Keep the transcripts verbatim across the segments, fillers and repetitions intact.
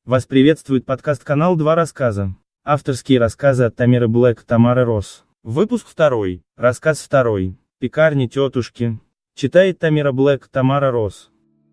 Вас приветствует подкаст-канал «Два рассказа». Авторские рассказы от Тамиры Блэк, Тамары Росс. Выпуск второй. Рассказ второй. Пекарни тетушки. Читает Тамира Блэк, Тамара Росс.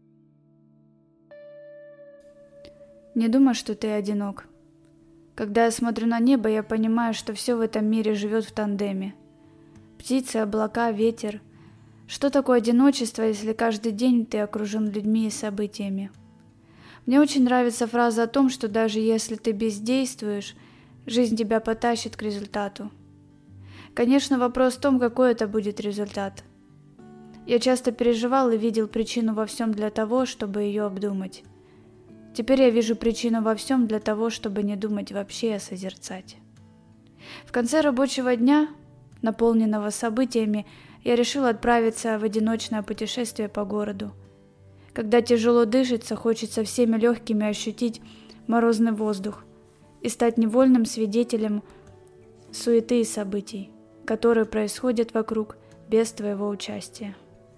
Не думай, что ты одинок. Когда я смотрю на небо, я понимаю, что все в этом мире живет в тандеме. Птицы, облака, ветер. Что такое одиночество, если каждый день ты окружен людьми и событиями? Мне очень нравится фраза о том, что даже если ты бездействуешь, жизнь тебя потащит к результату. Конечно, вопрос в том, какой это будет результат. Я часто переживал и видел причину во всем для того, чтобы ее обдумать. Теперь я вижу причину во всем для того, чтобы не думать вообще, а созерцать. В конце рабочего дня, наполненного событиями, я решил отправиться в одиночное путешествие по городу. Когда тяжело дышится, хочется всеми легкими ощутить морозный воздух и стать невольным свидетелем суеты и событий, которые происходят вокруг без твоего участия.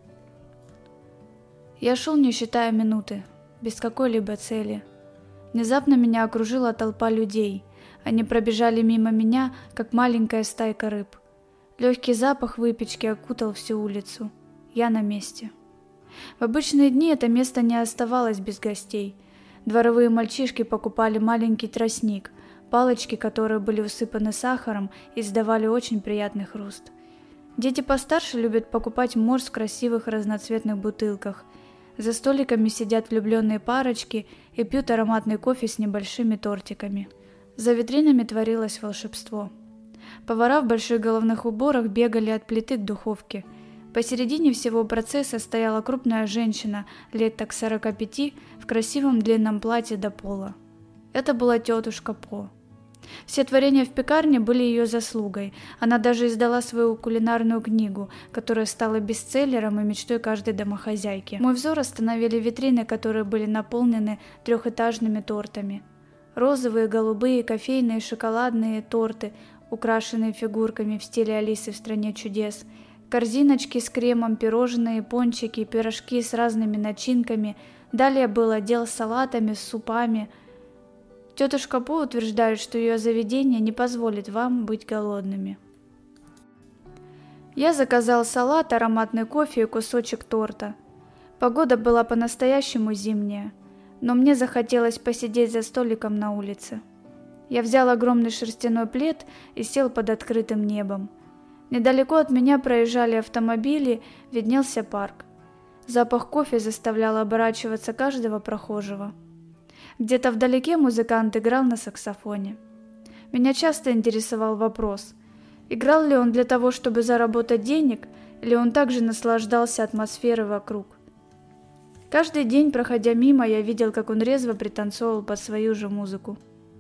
Я шел, не считая минуты, без какой-либо цели. Внезапно меня окружила толпа людей. Они пробежали мимо меня, как маленькая стайка рыб. Легкий запах выпечки окутал всю улицу. Я на месте. В обычные дни это место не оставалось без гостей. Дворовые мальчишки покупали маленький тростник, палочки, которые были усыпаны сахаром и издавали очень приятный хруст. Дети постарше любят покупать морс в красивых разноцветных бутылках. За столиками сидят влюбленные парочки и пьют ароматный кофе с небольшими тортиками. За витринами творилось волшебство. Повара в больших головных уборах бегали от плиты к духовке. Посередине всего процесса стояла крупная женщина, лет так сорока пяти, в красивом длинном платье до пола. Это была тетушка По. Все творения в пекарне были ее заслугой. Она даже издала свою кулинарную книгу, которая стала бестселлером и мечтой каждой домохозяйки. Мой взор остановили витрины, которые были наполнены трехэтажными тортами. Розовые, голубые, кофейные, шоколадные торты, украшенные фигурками в стиле Алисы в стране чудес, корзиночки с кремом, пирожные, пончики, пирожки с разными начинками. Далее был отдел с салатами, с супами. Тетушка По утверждает, что ее заведение не позволит вам быть голодными. Я заказал салат, ароматный кофе и кусочек торта. Погода была по-настоящему зимняя, но мне захотелось посидеть за столиком на улице. Я взял огромный шерстяной плед и сел под открытым небом. Недалеко от меня проезжали автомобили, виднелся парк. Запах кофе заставлял оборачиваться каждого прохожего. Где-то вдалеке музыкант играл на саксофоне. Меня часто интересовал вопрос, играл ли он для того, чтобы заработать денег, или он также наслаждался атмосферой вокруг. Каждый день, проходя мимо, я видел, как он резво пританцовывал под свою же музыку.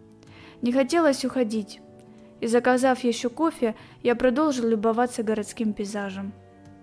Не хотелось уходить, и, заказав еще кофе, я продолжил любоваться городским пейзажем.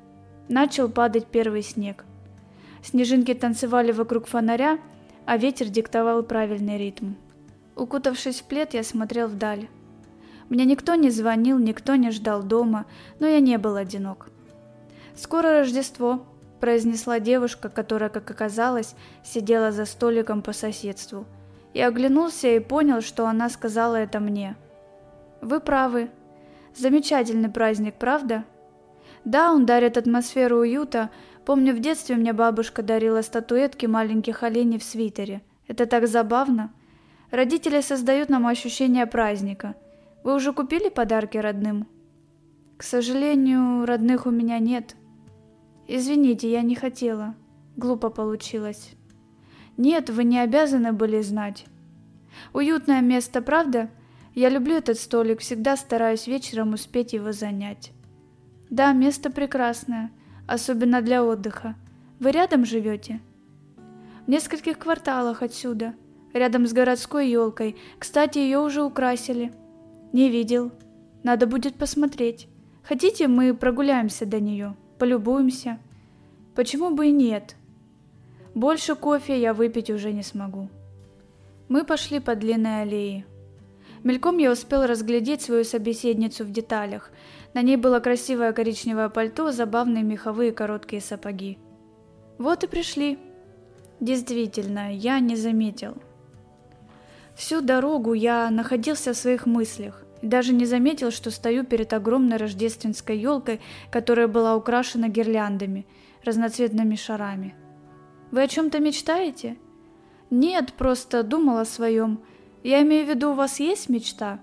Начал падать первый снег. Снежинки танцевали вокруг фонаря, а ветер диктовал правильный ритм. Укутавшись в плед, я смотрел вдаль. Мне никто не звонил, никто не ждал дома, но я не был одинок. «Скоро Рождество», — произнесла девушка, которая, как оказалось, сидела за столиком по соседству. Я оглянулся и понял, что она сказала это мне. «Вы правы. Замечательный праздник, правда?» «Да, он дарит атмосферу уюта. Помню, в детстве мне бабушка дарила статуэтки маленьких оленей в свитере. Это так забавно. Родители создают нам ощущение праздника. Вы уже купили подарки родным?» «К сожалению, родных у меня нет». «Извините, я не хотела. Глупо получилось». «Нет, вы не обязаны были знать». «Уютное место, правда? Я люблю этот столик, всегда стараюсь вечером успеть его занять». «Да, место прекрасное, особенно для отдыха. Вы рядом живете?» «В нескольких кварталах отсюда, рядом с городской елкой. Кстати, ее уже украсили». «Не видел. Надо будет посмотреть. Хотите, мы прогуляемся до нее, полюбуемся?» «Почему бы и нет? Больше кофе я выпить уже не смогу». Мы пошли по длинной аллее. Мельком я успел разглядеть свою собеседницу в деталях. На ней было красивое коричневое пальто, забавные меховые короткие сапоги. «Вот и пришли». Действительно, я не заметил. Всю дорогу я находился в своих мыслях и даже не заметил, что стою перед огромной рождественской елкой, которая была украшена гирляндами, разноцветными шарами. Вы о чем-то мечтаете? Нет, просто думал о своем. Я имею в виду, у вас есть мечта?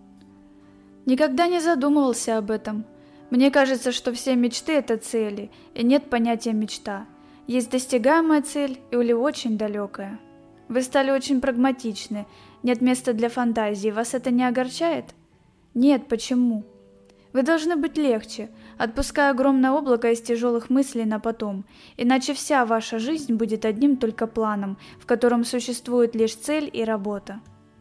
Никогда не задумывался об этом. Мне кажется, что все мечты – это цели, и нет понятия мечта. Есть достигаемая цель или очень далекая. Вы стали очень прагматичны, нет места для фантазии, вас это не огорчает? Нет, почему? Вы должны быть легче, отпуская огромное облако из тяжелых мыслей на потом, иначе вся ваша жизнь будет одним только планом, в котором существует лишь цель и работа.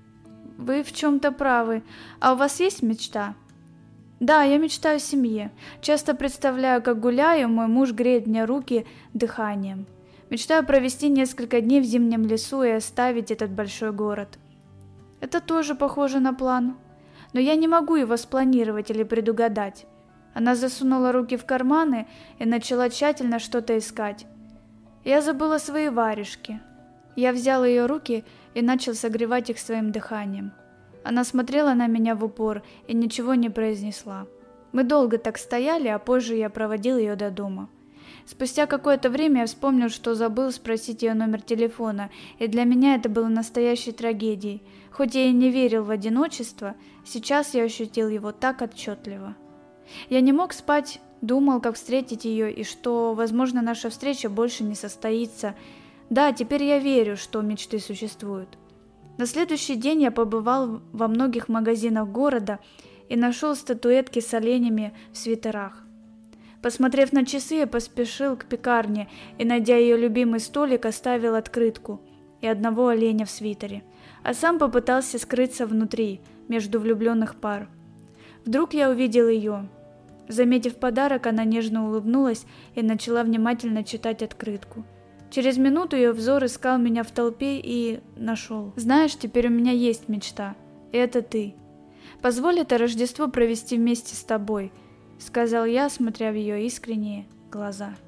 Вы в чем-то правы, а у вас есть мечта? Да, я мечтаю о семье, часто представляю, как гуляю, мой муж греет мне руки дыханием. Мечтаю провести несколько дней в зимнем лесу и оставить этот большой город. Это тоже похоже на план. Но я не могу его спланировать или предугадать. Она засунула руки в карманы и начала тщательно что-то искать. Я забыла свои варежки. Я взял ее руки и начал согревать их своим дыханием. Она смотрела на меня в упор и ничего не произнесла. Мы долго так стояли, а позже я проводил ее до дома. Спустя какое-то время я вспомнил, что забыл спросить ее номер телефона, и для меня это было настоящей трагедией. Хоть я и не верил в одиночество, сейчас я ощутил его так отчетливо. Я не мог спать, думал, как встретить ее, и что, возможно, наша встреча больше не состоится. Да, теперь я верю, что мечты существуют. На следующий день я побывал во многих магазинах города и нашел статуэтки с оленями в свитерах. Посмотрев на часы, я поспешил к пекарне и, найдя ее любимый столик, оставил открытку и одного оленя в свитере, а сам попытался скрыться внутри, между влюбленных пар. Вдруг я увидел ее. Заметив подарок, она нежно улыбнулась и начала внимательно читать открытку. Через минуту ее взор искал меня в толпе и нашел. «Знаешь, теперь у меня есть мечта, и это ты. Позволь это Рождество провести вместе с тобой», — сказал я, смотря в ее искренние глаза.